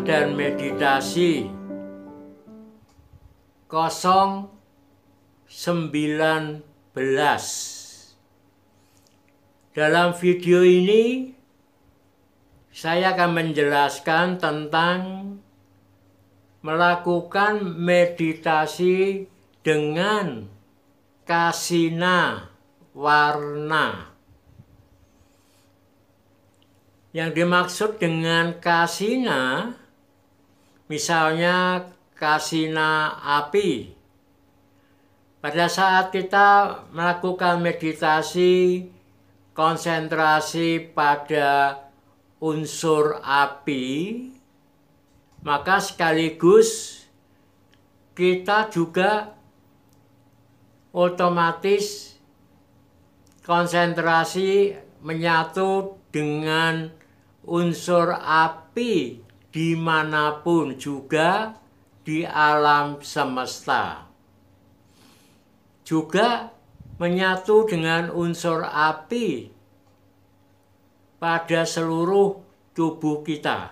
dan meditasi 019. Dalam video ini saya akan menjelaskan tentang melakukan meditasi dengan kasina warna. Yang dimaksud dengan kasina, misalnya kasina api. Pada saat kita melakukan meditasi, konsentrasi pada unsur api, maka sekaligus kita juga otomatis konsentrasi menyatu dengan unsur api dimanapun juga di alam semesta. Juga menyatu dengan unsur api pada seluruh tubuh kita.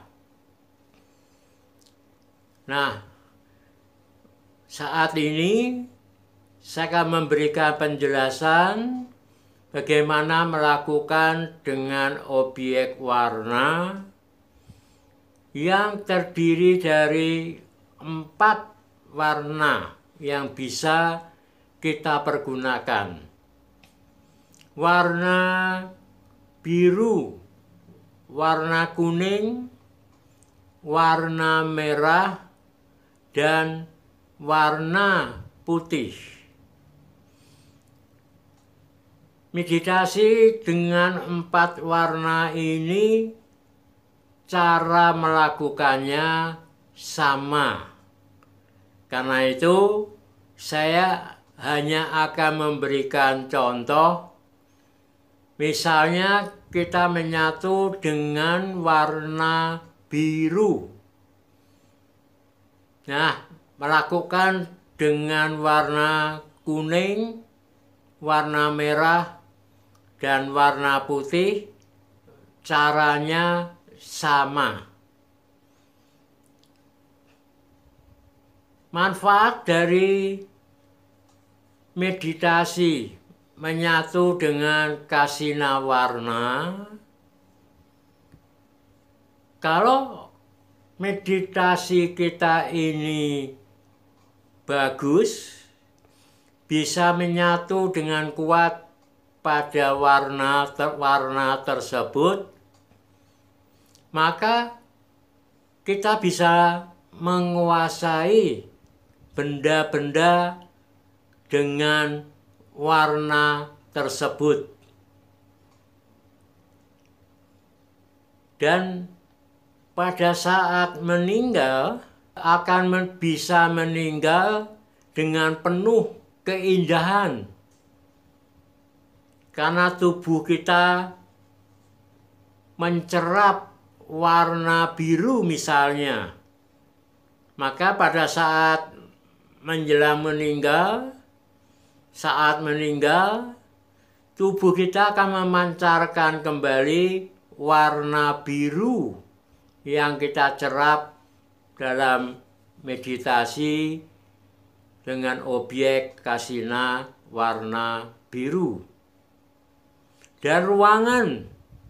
Nah, saat ini saya akan memberikan penjelasan bagaimana melakukan dengan objek warna yang terdiri dari 4 warna yang bisa kita pergunakan. Warna biru, warna kuning, warna merah, dan warna putih. Meditasi dengan 4 warna ini, cara melakukannya sama. Karena itu, saya hanya akan memberikan contoh. Misalnya, kita menyatu dengan warna biru. Nah, melakukan dengan warna kuning, warna merah, dan warna putih, caranya sama. Manfaat dari meditasi menyatu dengan kasina warna, kalau meditasi kita ini bagus, bisa menyatu dengan kuat pada warna tersebut, maka kita bisa menguasai benda-benda dengan warna tersebut. Dan pada saat meninggal, akan bisa meninggal dengan penuh keindahan. Karena tubuh kita mencerap warna biru misalnya, maka pada saat menjelang meninggal, tubuh kita akan memancarkan kembali warna biru yang kita cerap dalam meditasi dengan objek kasina warna biru. Dan ruangan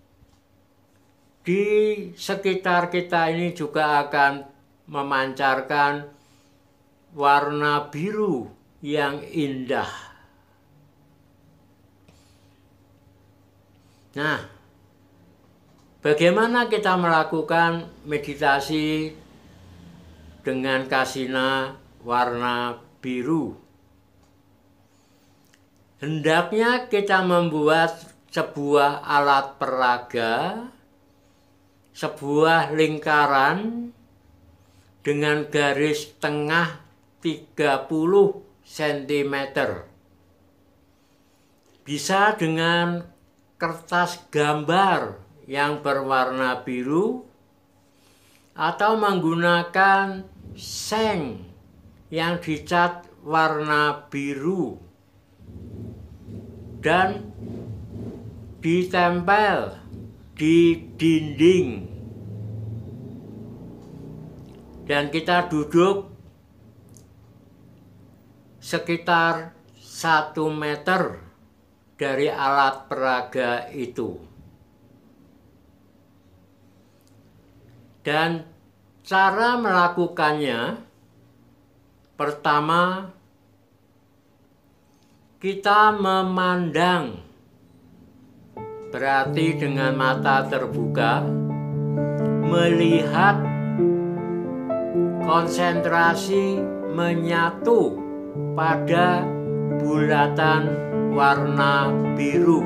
di sekitar kita ini juga akan memancarkan warna biru yang indah. Nah, bagaimana kita melakukan meditasi dengan kasina warna biru? Hendaknya kita membuat sebuah alat peraga, sebuah lingkaran dengan garis tengah 30 cm. Bisa dengan kertas gambar yang berwarna biru atau menggunakan seng yang dicat warna biru dan ditempel di dinding. dan kita duduk sekitar 1 meter dari alat peraga itu. Dan cara melakukannya, pertama kita memandang, berarti dengan mata terbuka, melihat, konsentrasi menyatu pada bulatan warna biru.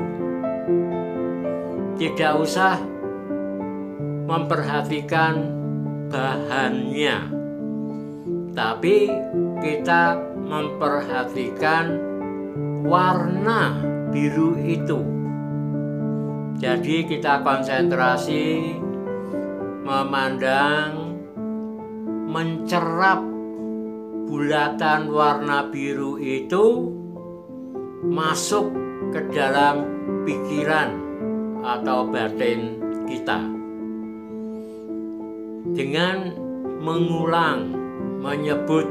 Tidak usah memperhatikan bahannya, tapi kita memperhatikan warna biru itu. Jadi kita konsentrasi memandang, mencerap bulatan warna biru itu masuk ke dalam pikiran atau batin kita dengan mengulang, menyebut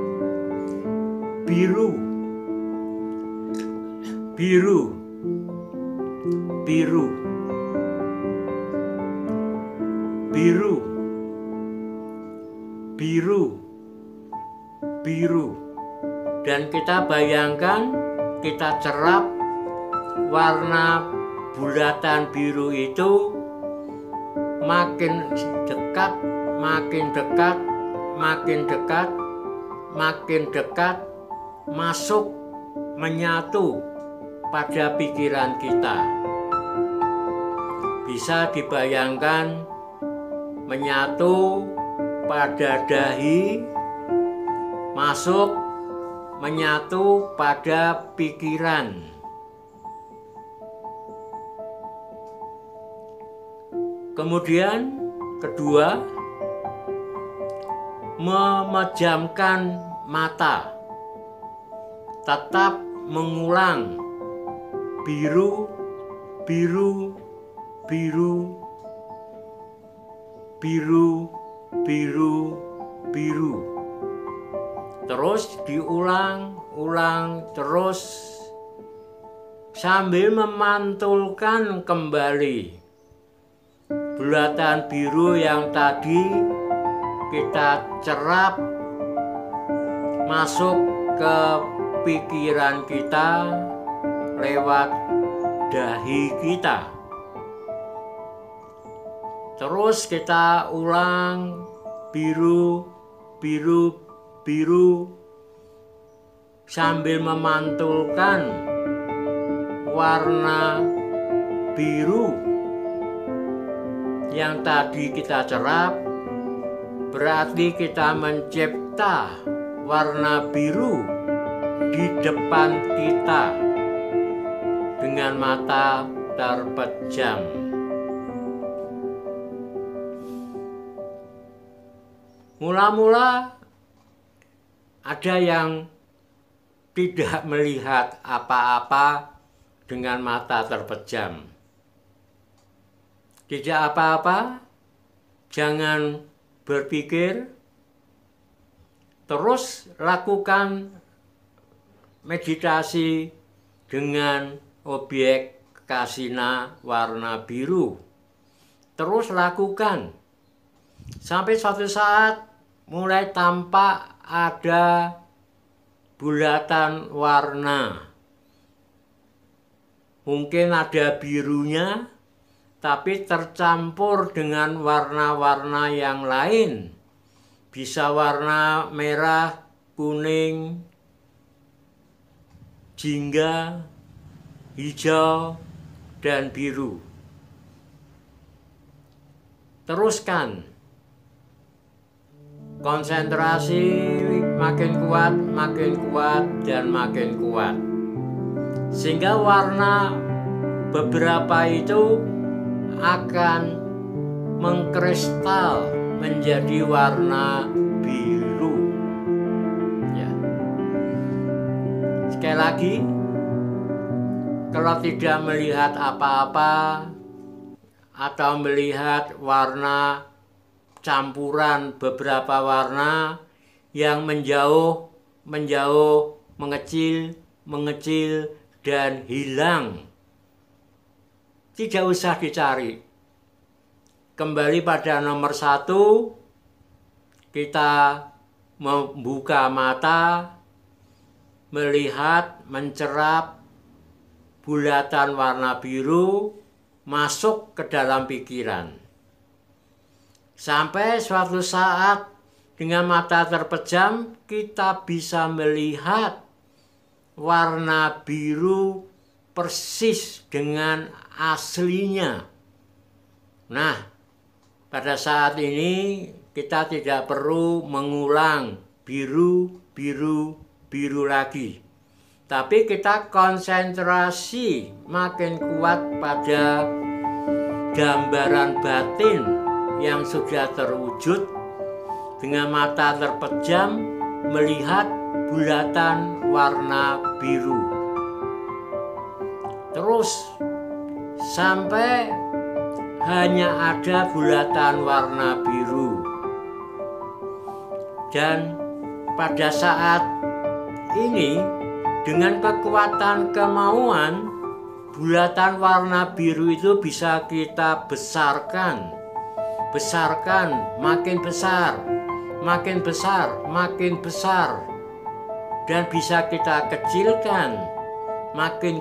biru, biru, biru, biru, biru, biru. Dan kita bayangkan, kita cerap warna bulatan biru itu makin dekat, makin dekat, makin dekat, makin dekat, masuk, menyatu pada pikiran kita. Bisa dibayangkan menyatu pada dahi, masuk, menyatu pada pikiran. Kemudian kedua, memejamkan mata, tetap mengulang biru, biru, biru, biru, biru, biru. Terus diulang-ulang terus sambil memantulkan kembali bulatan biru yang tadi kita cerap masuk ke pikiran kita lewat dahi kita. Terus kita ulang biru, biru, biru sambil memantulkan warna biru yang tadi kita cerap. Berarti kita mencipta warna biru di depan kita dengan mata terpejam. Mula-mula ada yang tidak melihat apa-apa dengan mata terpejam. Tidak apa-apa, jangan berpikir, terus lakukan meditasi dengan objek kasina warna biru. Terus lakukan sampai suatu saat mulai tampak ada bulatan warna. Mungkin ada birunya, tapi tercampur dengan warna-warna yang lain. Bisa warna merah, kuning, jingga, hijau, dan biru. Teruskan. Konsentrasi makin kuat, dan makin kuat. Sehingga warna beberapa itu akan mengkristal menjadi warna biru. Ya. Sekali lagi, kalau tidak melihat apa-apa atau melihat warna campuran beberapa warna yang menjauh, mengecil, dan hilang. Tidak usah dicari. Kembali pada nomor 1, kita membuka mata, melihat, mencerap bulatan warna biru masuk ke dalam pikiran. Sampai suatu saat dengan mata terpejam kita bisa melihat warna biru persis dengan aslinya. Nah, pada saat ini kita tidak perlu mengulang biru lagi. Tapi kita konsentrasi makin kuat pada gambaran batin yang sudah terwujud dengan mata terpejam melihat bulatan warna biru. Terus sampai hanya ada bulatan warna biru. Dan pada saat ini dengan kekuatan kemauan, bulatan warna biru itu bisa kita besarkan, makin besar, dan bisa kita kecilkan, makin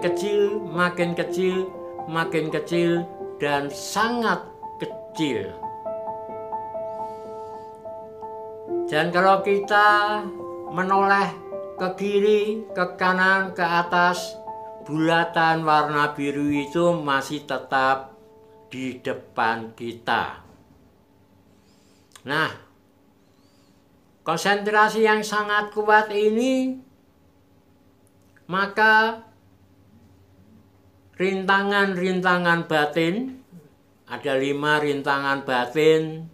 kecil, dan sangat kecil. Dan kalau kita menoleh ke kiri, ke kanan, ke atas, bulatan warna biru itu masih tetap di depan kita. Nah, konsentrasi yang sangat kuat ini, maka rintangan-rintangan batin, ada 5 rintangan batin,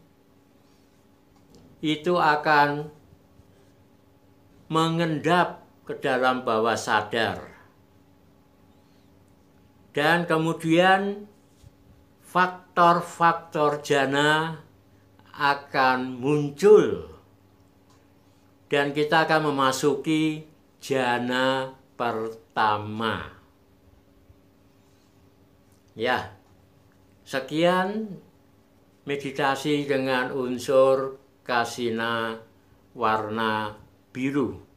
itu akan mengendap ke dalam bawah sadar. Dan kemudian faktor-faktor jana akan muncul. Dan kita akan memasuki jana pertama. Ya, sekian meditasi dengan unsur kasina warna biru.